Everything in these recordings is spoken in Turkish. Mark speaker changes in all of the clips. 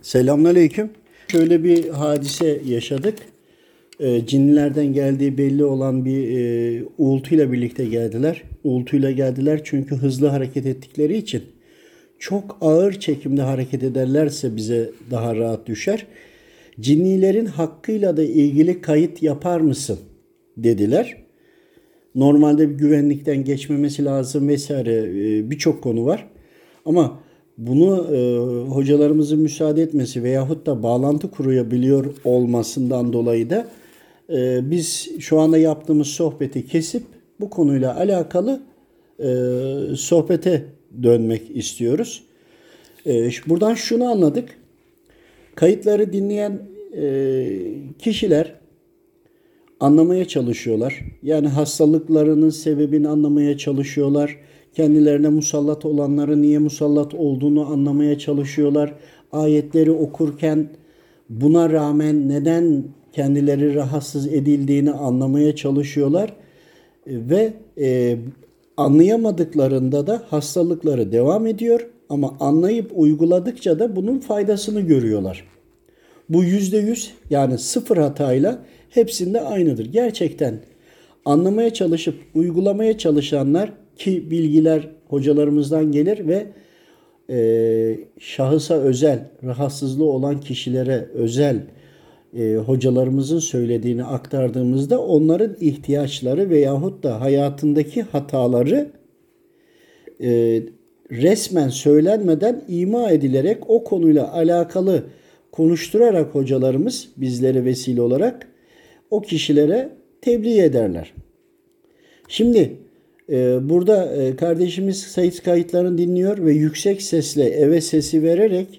Speaker 1: Selamünaleyküm. Şöyle bir hadise yaşadık. Cinlilerden geldiği belli olan bir uğultuyla birlikte geldiler. Uğultuyla geldiler çünkü hızlı hareket ettikleri için. Çok ağır çekimde hareket ederlerse bize daha rahat düşer. Cinnilerin hakkıyla da ilgili kayıt yapar mısın dediler. Normalde bir güvenlikten geçmemesi lazım vesaire birçok konu var. Ama bunu hocalarımızın müsaade etmesi veyahut da bağlantı kurabiliyor olmasından dolayı da biz şu anda yaptığımız sohbeti kesip bu konuyla alakalı sohbete dönmek istiyoruz. Buradan şunu anladık. Kayıtları dinleyen kişiler anlamaya çalışıyorlar. Yani hastalıklarının sebebini anlamaya çalışıyorlar. Kendilerine musallat olanların niye musallat olduğunu anlamaya çalışıyorlar. Ayetleri okurken buna rağmen neden kendileri rahatsız edildiğini anlamaya çalışıyorlar. Ve anlayamadıklarında da hastalıkları devam ediyor. Ama anlayıp uyguladıkça da bunun faydasını görüyorlar. Bu %100 yani sıfır hatayla hepsinde aynıdır. Gerçekten anlamaya çalışıp uygulamaya çalışanlar ki bilgiler hocalarımızdan gelir ve şahısa özel, rahatsızlığı olan kişilere özel hocalarımızın söylediğini aktardığımızda onların ihtiyaçları veyahut da hayatındaki hataları resmen söylenmeden ima edilerek o konuyla alakalı konuşturarak hocalarımız bizlere vesile olarak o kişilere tebliğ ederler. Şimdi burada kardeşimiz sayıt kayıtlarını dinliyor ve yüksek sesle eve sesi vererek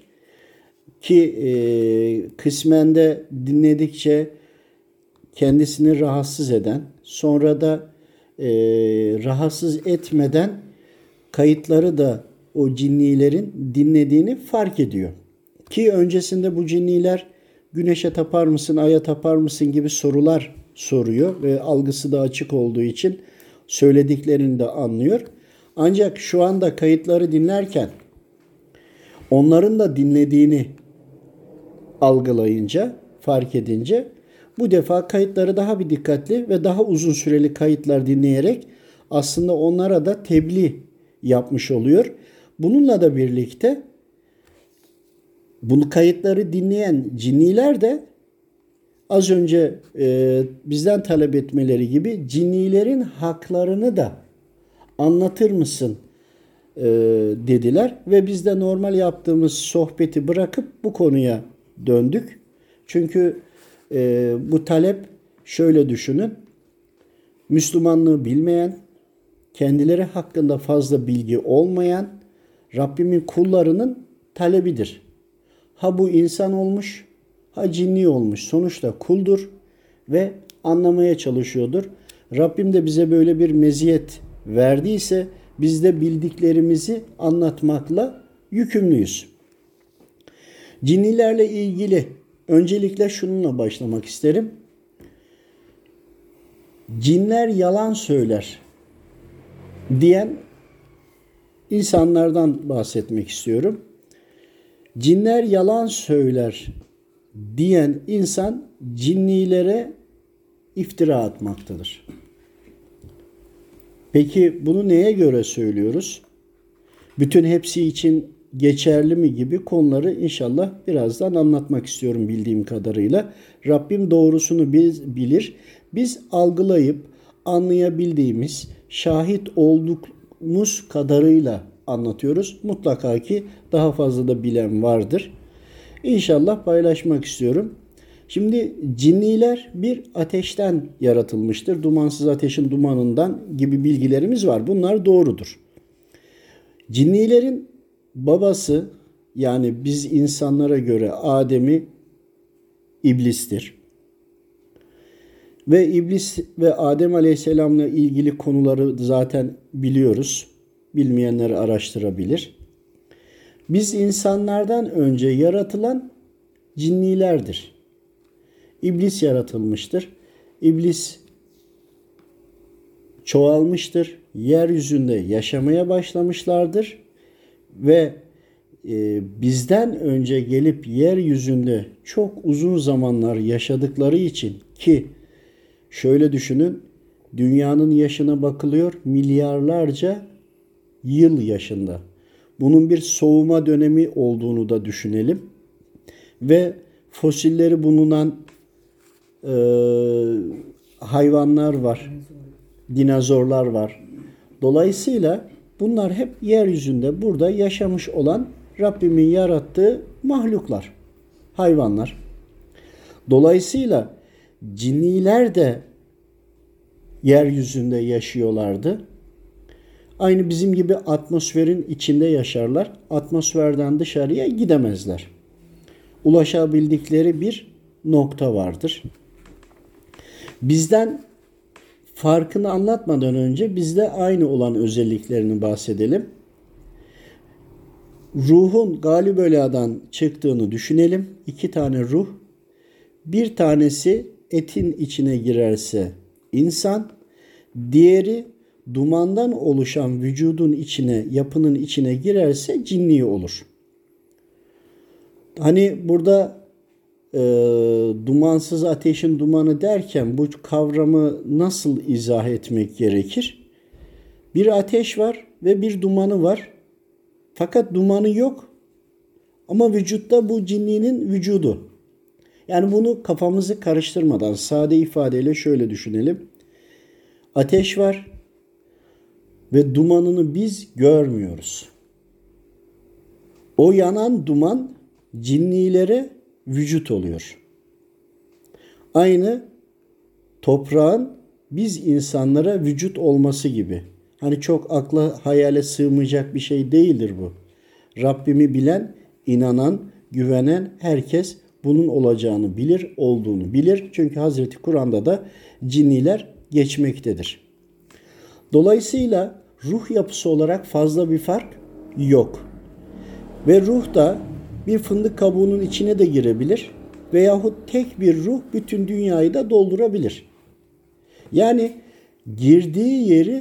Speaker 1: ki kısmen de dinledikçe kendisini rahatsız eden, sonra da rahatsız etmeden kayıtları da o cinnilerin dinlediğini fark ediyor. Ki öncesinde bu cinniler güneşe tapar mısın, aya tapar mısın gibi sorular soruyor ve algısı da açık olduğu için söylediklerini de anlıyor. Ancak şu anda kayıtları dinlerken onların da dinlediğini algılayınca, fark edince bu defa kayıtları daha bir dikkatli ve daha uzun süreli kayıtlar dinleyerek aslında onlara da tebliğ yapmış oluyor. Bununla da birlikte bunu kayıtları dinleyen cinniler de az önce bizden talep etmeleri gibi cinnilerin haklarını da anlatır mısın dediler. Ve biz de normal yaptığımız sohbeti bırakıp bu konuya döndük. Çünkü bu talep şöyle düşünün. Müslümanlığı bilmeyen, kendileri hakkında fazla bilgi olmayan Rabbimin kullarının talebidir. Ha bu insan olmuş, ha cinni olmuş. Sonuçta kuldur ve anlamaya çalışıyordur. Rabbim de bize böyle bir meziyet verdiyse biz de bildiklerimizi anlatmakla yükümlüyüz. Cinnilerle ilgili öncelikle şununla başlamak isterim. Cinler yalan söyler diyen insanlardan bahsetmek istiyorum. Cinler yalan söyler diyen insan cinnilere iftira atmaktadır. Peki bunu neye göre söylüyoruz? Bütün hepsi için geçerli mi gibi konuları inşallah birazdan anlatmak istiyorum bildiğim kadarıyla. Rabbim doğrusunu bilir. Biz algılayıp anlayabildiğimiz, şahit olduğumuz kadarıyla anlatıyoruz. Mutlaka ki daha fazla da bilen vardır. İnşallah paylaşmak istiyorum. Şimdi cinniler bir ateşten yaratılmıştır. Dumansız ateşin dumanından gibi bilgilerimiz var. Bunlar doğrudur. Cinnilerin babası yani biz insanlara göre Adem'i iblistir. Ve iblis ve Adem Aleyhisselam'la ilgili konuları zaten biliyoruz. Bilmeyenler araştırabilir. Biz insanlardan önce yaratılan cinnilerdir. İblis yaratılmıştır. İblis çoğalmıştır. Yeryüzünde yaşamaya başlamışlardır. Ve bizden önce gelip yeryüzünde çok uzun zamanlar yaşadıkları için, ki şöyle düşünün, dünyanın yaşına bakılıyor milyarlarca yıl yaşında. Bunun bir soğuma dönemi olduğunu da düşünelim. Ve fosilleri bulunan hayvanlar var, dinozorlar var. Dolayısıyla bunlar hep yeryüzünde burada yaşamış olan Rabbimin yarattığı mahluklar, hayvanlar. Dolayısıyla cinniler de yeryüzünde yaşıyorlardı. Aynı bizim gibi atmosferin içinde yaşarlar. Atmosferden dışarıya gidemezler. Ulaşabildikleri bir nokta vardır. Bizden farkını anlatmadan önce bizde aynı olan özelliklerini bahsedelim. Ruhun Galiböla'dan çıktığını düşünelim. 2 tane ruh. Bir tanesi etin içine girerse insan, diğeri dumandan oluşan vücudun içine, yapının içine girerse cinni olur. Hani burada dumansız ateşin dumanı derken bu kavramı nasıl izah etmek gerekir? Bir ateş var ve bir dumanı var. Fakat dumanı yok. Ama vücutta bu cinninin vücudu. Yani bunu kafamızı karıştırmadan sade ifadeyle şöyle düşünelim. Ateş var ve dumanını biz görmüyoruz. O yanan duman cinnilere vücut oluyor. Aynı toprağın biz insanlara vücut olması gibi. Hani çok akla hayale sığmayacak bir şey değildir bu. Rabbimi bilen, inanan, güvenen herkes bunun olacağını bilir, olduğunu bilir. Çünkü Hazreti Kur'an'da da cinniler geçmektedir. Dolayısıyla ruh yapısı olarak fazla bir fark yok. Ve ruh da bir fındık kabuğunun içine de girebilir veyahut tek bir ruh bütün dünyayı da doldurabilir. Yani girdiği yeri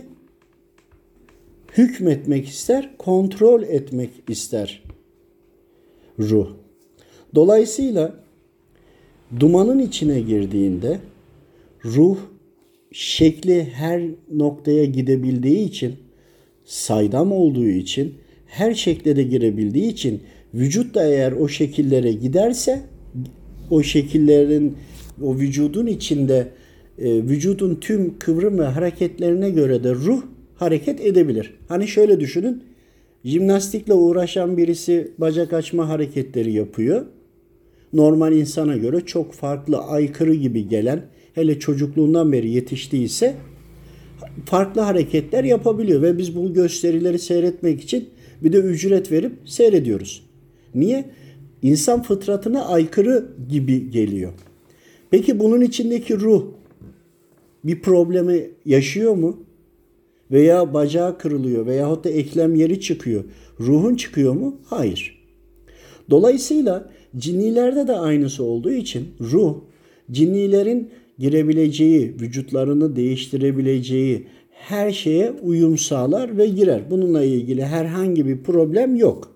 Speaker 1: hükmetmek ister, kontrol etmek ister ruh. Dolayısıyla dumanın içine girdiğinde ruh şekli her noktaya gidebildiği için, saydam olduğu için, her şekle de girebildiği için vücut da eğer o şekillere giderse o şekillerin o vücudun içinde vücudun tüm kıvrım ve hareketlerine göre de ruh hareket edebilir. Hani şöyle düşünün. Jimnastikle uğraşan birisi bacak açma hareketleri yapıyor. Normal insana göre çok farklı, aykırı gibi gelen, hele çocukluğundan beri yetiştiyse farklı hareketler yapabiliyor ve biz bu gösterileri seyretmek için bir de ücret verip seyrediyoruz. Niye? İnsan fıtratına aykırı gibi geliyor. Peki bunun içindeki ruh bir problemi yaşıyor mu? Veya bacağı kırılıyor veyahut da eklem yeri çıkıyor. Ruhun çıkıyor mu? Hayır. Dolayısıyla cinnilerde de aynısı olduğu için ruh, cinnilerin girebileceği, vücutlarını değiştirebileceği her şeye uyum sağlar ve girer. Bununla ilgili herhangi bir problem yok.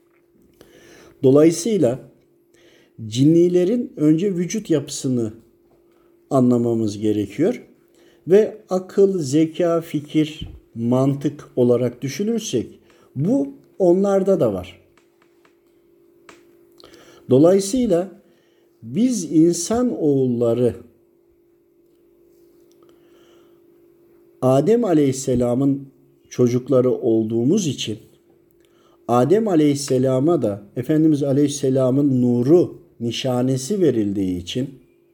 Speaker 1: Dolayısıyla cinnilerin önce vücut yapısını anlamamız gerekiyor. Ve akıl, zeka, fikir, mantık olarak düşünürsek bu onlarda da var. Dolayısıyla biz insan oğulları Adem Aleyhisselam'ın çocukları olduğumuz için Adem Aleyhisselam'a da Efendimiz Aleyhisselam'ın nuru nişanesi verildiği için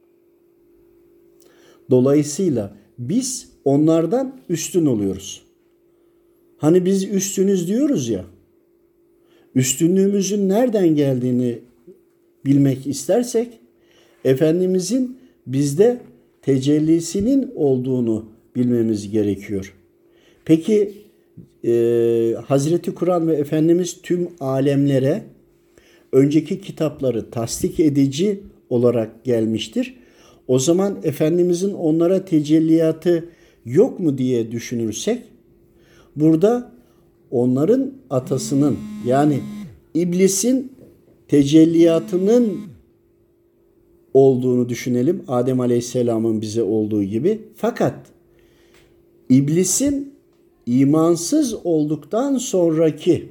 Speaker 1: dolayısıyla biz onlardan üstün oluyoruz. Hani biz üstünüz diyoruz ya, üstünlüğümüzün nereden geldiğini bilmek istersek, Efendimizin bizde tecellisinin olduğunu bilmemiz gerekiyor. Peki Hazreti Kur'an ve Efendimiz tüm alemlere önceki kitapları tasdik edici olarak gelmiştir. O zaman Efendimizin onlara tecelliyatı yok mu diye düşünürsek, burada onların atasının yani iblisin tecelliyatının olduğunu düşünelim. Adem Aleyhisselam'ın bize olduğu gibi. Fakat iblisin imansız olduktan sonraki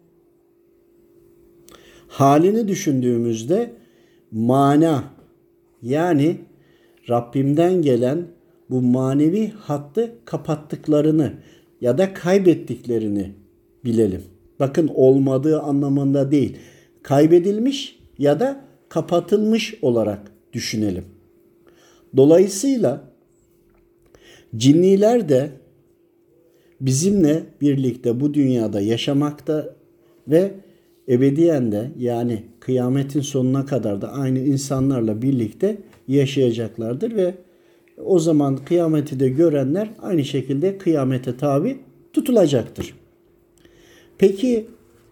Speaker 1: halini düşündüğümüzde mana, yani Rabbimden gelen bu manevi hattı kapattıklarını ya da kaybettiklerini bilelim. Bakın, olmadığı anlamında değil. Kaybedilmiş ya da kapatılmış olarak düşünelim. Dolayısıyla cinniler de bizimle birlikte bu dünyada yaşamakta ve ebediyen de, yani kıyametin sonuna kadar da aynı insanlarla birlikte yaşayacaklardır ve o zaman kıyameti de görenler aynı şekilde kıyamete tabi tutulacaktır. Peki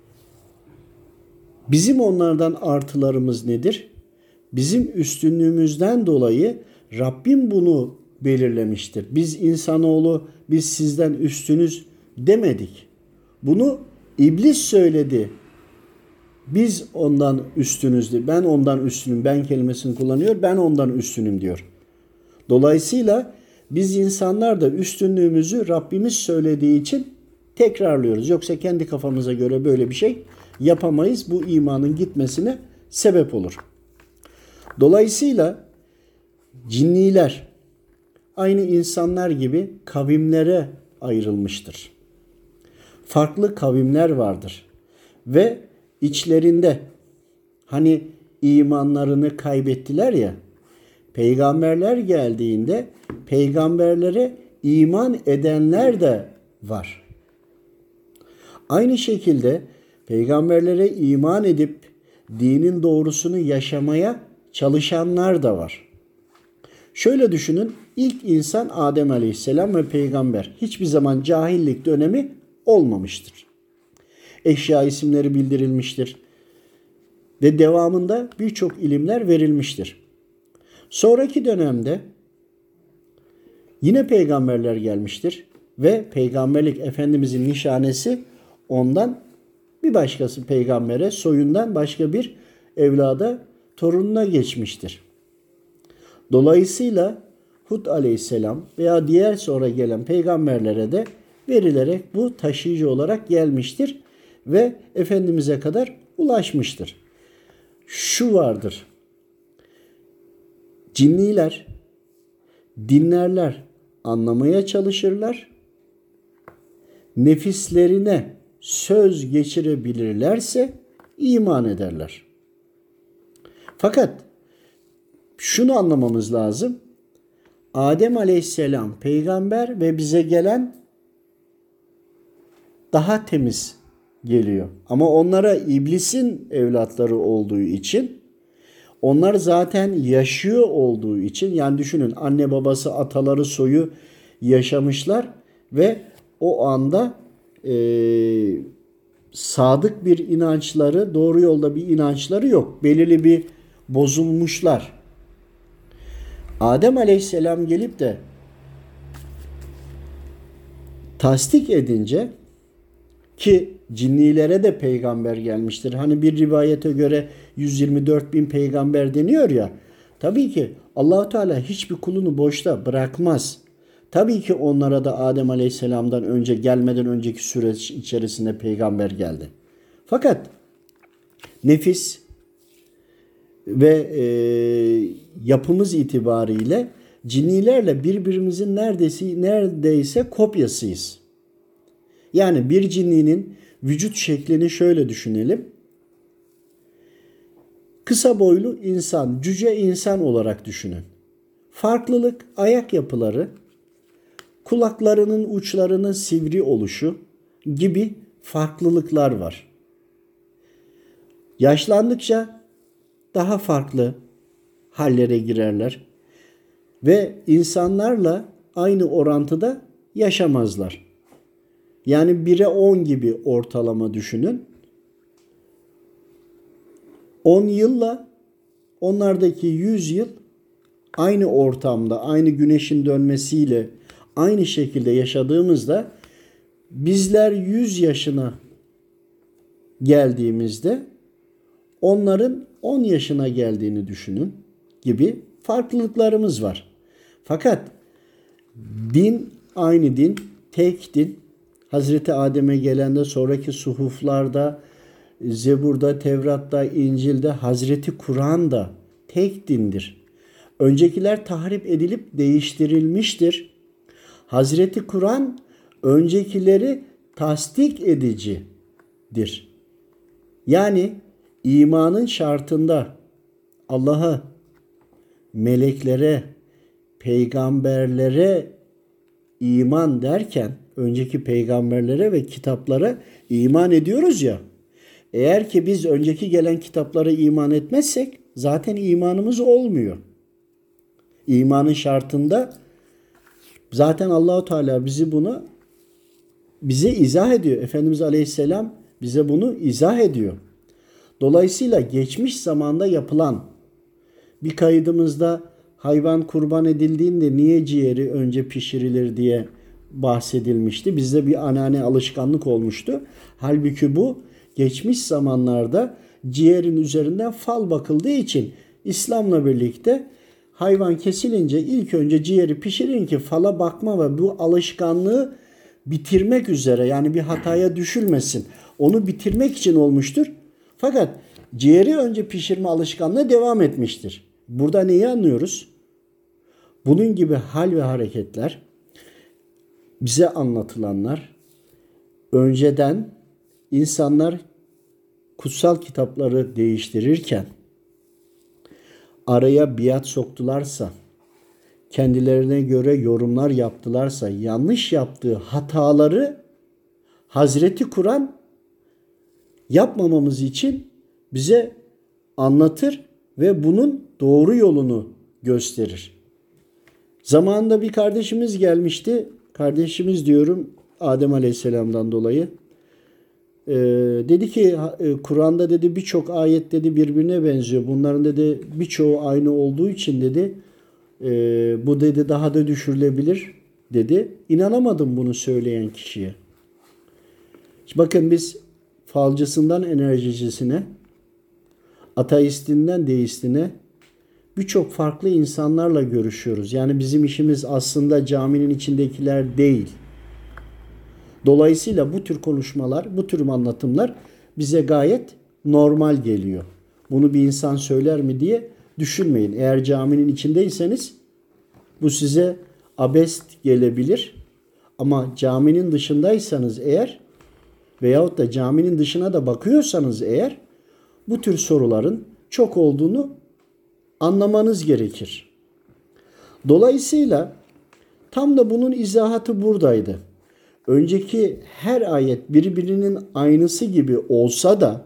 Speaker 1: bizim onlardan artılarımız nedir? Bizim üstünlüğümüzden dolayı Rabbim bunu belirlemiştir. Biz insanoğlu, biz sizden üstünüz demedik. Bunu iblis söyledi. Biz ondan üstünüz, ben ondan üstünüm, ben kelimesini kullanıyor, ben ondan üstünüm diyor. Dolayısıyla biz insanlar da üstünlüğümüzü Rabbimiz söylediği için tekrarlıyoruz. Yoksa kendi kafamıza göre böyle bir şey yapamayız. Bu imanın gitmesine sebep olur. Dolayısıyla cinniler aynı insanlar gibi kavimlere ayrılmıştır. Farklı kavimler vardır. Ve içlerinde hani imanlarını kaybettiler ya, peygamberler geldiğinde peygamberlere iman edenler de var. Aynı şekilde peygamberlere iman edip dinin doğrusunu yaşamaya çalışanlar da var. Şöyle düşünün, ilk insan Adem Aleyhisselam ve peygamber. Hiçbir zaman cahillik dönemi olmamıştır. Eşya isimleri bildirilmiştir ve devamında birçok ilimler verilmiştir. Sonraki dönemde yine peygamberler gelmiştir ve peygamberlik Efendimizin nişanesi ondan bir başkası peygambere, soyundan başka bir evlada, torununa geçmiştir. Dolayısıyla Hud aleyhisselam veya diğer sonra gelen peygamberlere de verilerek bu taşıyıcı olarak gelmiştir ve Efendimiz'e kadar ulaşmıştır. Şu vardır: cinniler dinlerler, anlamaya çalışırlar. Nefislerine söz geçirebilirlerse iman ederler. Fakat şunu anlamamız lazım: Adem Aleyhisselam peygamber ve bize gelen daha temiz geliyor. Ama onlara iblisin evlatları olduğu için, onlar zaten yaşıyor olduğu için, yani düşünün, anne babası ataları soyu yaşamışlar ve o anda sadık bir inançları, doğru yolda bir inançları yok. Belirli bir bozulmuşlar. Adem Aleyhisselam gelip de tasdik edince, ki cinnilere de peygamber gelmiştir. Hani bir rivayete göre 124 bin peygamber deniyor ya. Tabii ki Allah-u Teala hiçbir kulunu boşta bırakmaz. Tabii ki onlara da Adem Aleyhisselam'dan önce, gelmeden önceki süreç içerisinde peygamber geldi. Fakat nefis ve yapımız itibariyle cinnilerle birbirimizin neredeyse kopyasıyız. Yani bir cinninin vücut şeklini şöyle düşünelim: kısa boylu insan, cüce insan olarak düşünün. Farklılık ayak yapıları, kulaklarının uçlarının sivri oluşu gibi farklılıklar var. Yaşlandıkça daha farklı hallere girerler ve insanlarla aynı orantıda yaşamazlar. Yani 1'e 10 gibi ortalama düşünün. 10 yılla onlardaki 100 yıl aynı ortamda, aynı güneşin dönmesiyle aynı şekilde yaşadığımızda bizler 100 yaşına geldiğimizde onların 10 yaşına geldiğini düşünün gibi farklılıklarımız var. Fakat din aynı din, tek din. Hazreti Adem'e gelende sonraki suhuflarda, Zebur'da, Tevrat'ta, İncil'de, Hazreti Kur'an'da tek dindir. Öncekiler tahrip edilip değiştirilmiştir. Hazreti Kur'an öncekileri tasdik edicidir. Yani imanın şartında Allah'a, meleklere, peygamberlere iman derken önceki peygamberlere ve kitaplara iman ediyoruz ya. Eğer ki biz önceki gelen kitaplara iman etmezsek zaten imanımız olmuyor. İmanın şartında zaten Allahu Teala bize izah ediyor. Efendimiz Aleyhisselam bize bunu izah ediyor. Dolayısıyla geçmiş zamanda yapılan bir kaydımızda hayvan kurban edildiğinde niye ciğeri önce pişirilir diye bahsedilmişti. Bizde bir anneanne alışkanlık olmuştu. Halbuki bu geçmiş zamanlarda ciğerin üzerinden fal bakıldığı için İslam'la birlikte hayvan kesilince ilk önce ciğeri pişirin ki fala bakma ve bu alışkanlığı bitirmek üzere, yani bir hataya düşülmesin. Onu bitirmek için olmuştur. Fakat ciğeri önce pişirme alışkanlığı devam etmiştir. Burada neyi anlıyoruz? Bunun gibi hal ve hareketler, bize anlatılanlar, önceden insanlar kutsal kitapları değiştirirken araya biat soktularsa, kendilerine göre yorumlar yaptılarsa, yanlış yaptığı hataları Hazreti Kur'an yapmamamız için bize anlatır ve bunun doğru yolunu gösterir. Zamanında bir kardeşimiz gelmişti. Kardeşimiz diyorum Adem Aleyhisselam'dan dolayı. Dedi ki Kur'an'da dedi birçok ayet dedi birbirine benziyor. Bunların dedi birçoğu aynı olduğu için dedi bu dedi daha da düşürülebilir dedi. İnanamadım bunu söyleyen kişiye. Bakın biz falcısından enerjicisine, ateistinden deistine birçok farklı insanlarla görüşüyoruz. Yani bizim işimiz aslında caminin içindekiler değil. Dolayısıyla bu tür konuşmalar, bu tür anlatımlar bize gayet normal geliyor. Bunu bir insan söyler mi diye düşünmeyin. Eğer caminin içindeyseniz bu size abest gelebilir. Ama caminin dışındaysanız eğer veyahut da caminin dışına da bakıyorsanız eğer bu tür soruların çok olduğunu anlamanız gerekir. Dolayısıyla tam da bunun izahatı buradaydı. Önceki her ayet birbirinin aynısı gibi olsa da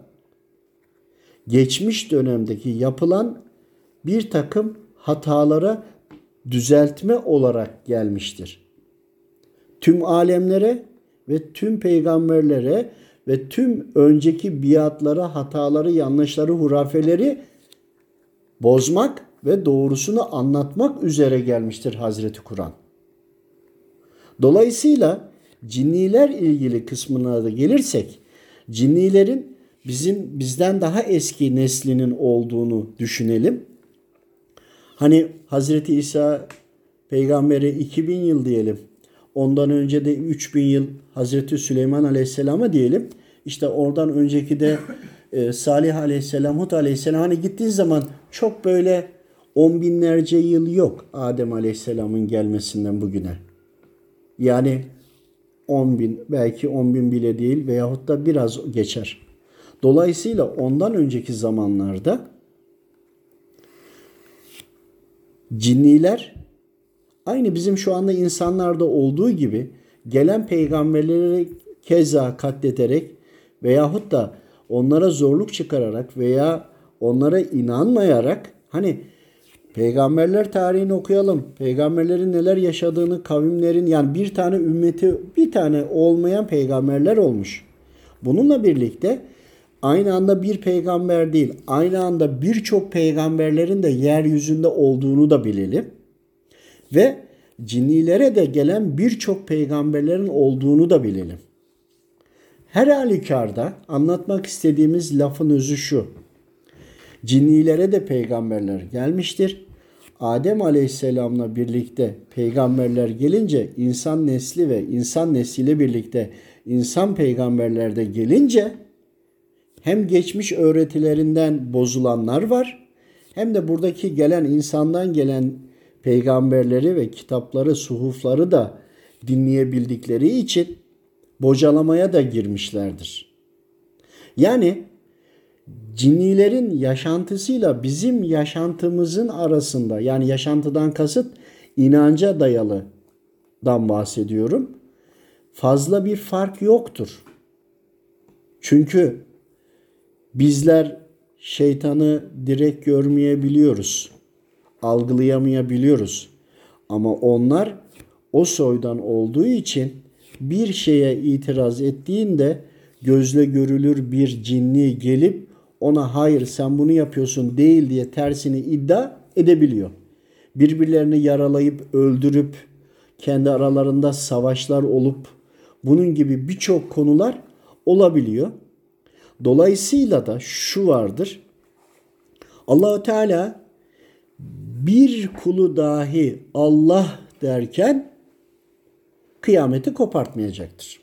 Speaker 1: geçmiş dönemdeki yapılan bir takım hatalara düzeltme olarak gelmiştir. Tüm alemlere ve tüm peygamberlere ve tüm önceki biatlara, hataları, yanlışları, hurafeleri bozmak ve doğrusunu anlatmak üzere gelmiştir Hazreti Kur'an. Dolayısıyla cinniler ilgili kısmına da gelirsek, cinnilerin bizden daha eski neslinin olduğunu düşünelim. Hani Hazreti İsa peygambere 2000 yıl diyelim. Ondan önce de 3000 yıl Hazreti Süleyman Aleyhisselam'a diyelim. İşte oradan önceki de Salih Aleyhisselam, Hud Aleyhisselam. Hani gittiğin zaman çok böyle 10 binlerce yıl yok Adem Aleyhisselam'ın gelmesinden bugüne. Yani 10 bin, belki 10 bin bile değil veyahut da biraz geçer. Dolayısıyla ondan önceki zamanlarda cinniler aynı bizim şu anda insanlarda olduğu gibi gelen peygamberleri keza katlederek veyahut da onlara zorluk çıkararak veya onlara inanmayarak, hani peygamberler tarihini okuyalım. Peygamberlerin neler yaşadığını, kavimlerin, yani bir tane ümmeti, bir tane olmayan peygamberler olmuş. Bununla birlikte aynı anda bir peygamber değil, aynı anda birçok peygamberlerin de yeryüzünde olduğunu da bilelim. Ve cinnilere de gelen birçok peygamberlerin olduğunu da bilelim. Her halükarda anlatmak istediğimiz lafın özü şu. Cinnilere de peygamberler gelmiştir. Adem Aleyhisselam'la birlikte peygamberler gelince insan nesli ve insan nesliyle birlikte insan peygamberler de gelince hem geçmiş öğretilerinden bozulanlar var hem de buradaki gelen insandan gelen peygamberleri ve kitapları, suhufları da dinleyebildikleri için bocalamaya da girmişlerdir. Yani cinnilerin yaşantısıyla bizim yaşantımızın arasında, yani yaşantıdan kasıt inanca dayalıdan bahsediyorum, fazla bir fark yoktur. Çünkü bizler şeytanı direkt görmeyebiliyoruz, algılayamayabiliyoruz. Ama onlar o soydan olduğu için bir şeye itiraz ettiğinde gözle görülür bir cinni gelip ona hayır sen bunu yapıyorsun değil diye tersini iddia edebiliyor. Birbirlerini yaralayıp öldürüp kendi aralarında savaşlar olup bunun gibi birçok konular olabiliyor. Dolayısıyla da şu vardır. Allah-u Teala bir kulu dahi Allah derken kıyameti kopartmayacaktır.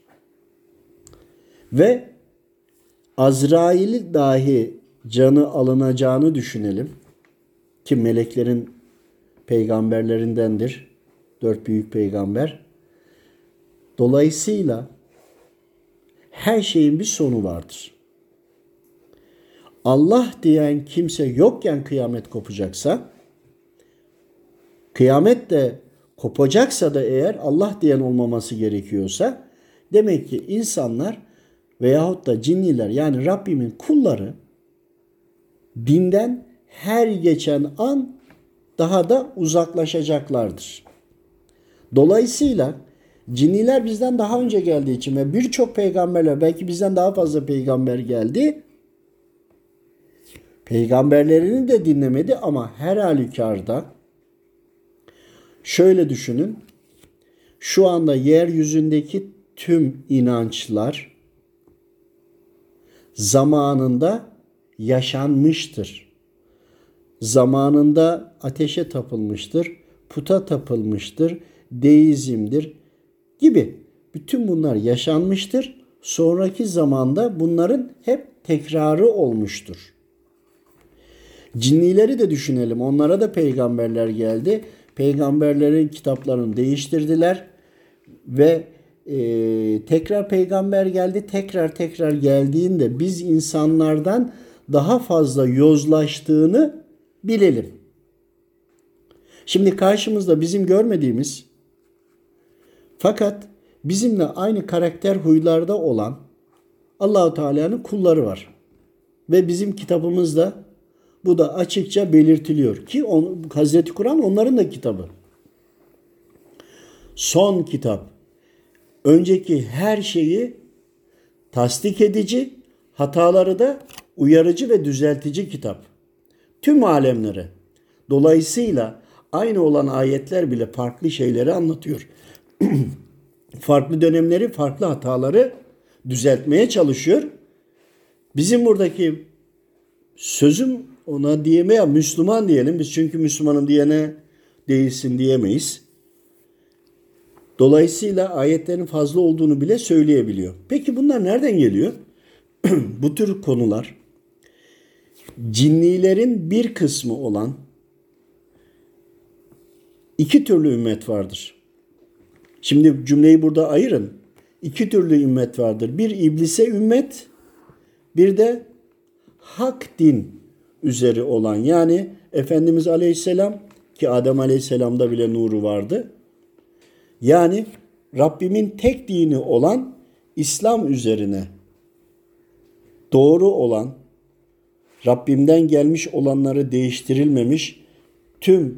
Speaker 1: Ve Azrail'i dahi canı alınacağını düşünelim. Ki meleklerin peygamberlerindendir. 4 büyük peygamber. Dolayısıyla her şeyin bir sonu vardır. Allah diyen kimse yokken kıyamet kopacaksa, kıyamet de kopacaksa da eğer Allah diyen olmaması gerekiyorsa, demek ki insanlar veyahut da cinniler yani Rabbimin kulları dinden her geçen an daha da uzaklaşacaklardır. Dolayısıyla cinniler bizden daha önce geldiği için ve birçok peygamberler, belki bizden daha fazla peygamber geldi. Peygamberlerini de dinlemedi ama her halükarda şöyle düşünün. Şu anda yeryüzündeki tüm inançlar zamanında yaşanmıştır. Zamanında ateşe tapılmıştır, puta tapılmıştır, deizmdir gibi. Bütün bunlar yaşanmıştır. Sonraki zamanda bunların hep tekrarı olmuştur. Cinnileri de düşünelim. Onlara da peygamberler geldi. Peygamberlerin kitaplarını değiştirdiler ve tekrar peygamber geldi. Tekrar geldiğinde biz insanlardan daha fazla yozlaştığını bilelim. Şimdi karşımızda bizim görmediğimiz fakat bizimle aynı karakter huylarda olan Allah-u Teala'nın kulları var. Ve bizim kitabımızda bu da açıkça belirtiliyor ki Hazreti Kur'an onların da kitabı. Son kitap. Önceki her şeyi tasdik edici, hataları da uyarıcı ve düzeltici kitap. Tüm alemlere. Dolayısıyla aynı olan ayetler bile farklı şeyleri anlatıyor. Farklı dönemleri, farklı hataları düzeltmeye çalışıyor. Bizim buradaki sözüm ona diyemeye Müslüman diyelim. Biz çünkü Müslümanım diyene değilsin diyemeyiz. Dolayısıyla ayetlerin fazla olduğunu bile söyleyebiliyor. Peki bunlar nereden geliyor? Bu tür konular cinnilerin bir kısmı olan iki türlü ümmet vardır. Şimdi cümleyi burada ayırın. İki türlü ümmet vardır. Bir iblise ümmet, bir de hak din üzeri olan, yani Efendimiz Aleyhisselam ki Adem Aleyhisselam'da bile nuru vardı. Yani Rabbimin tek dini olan İslam üzerine doğru olan, Rabbimden gelmiş olanları değiştirilmemiş tüm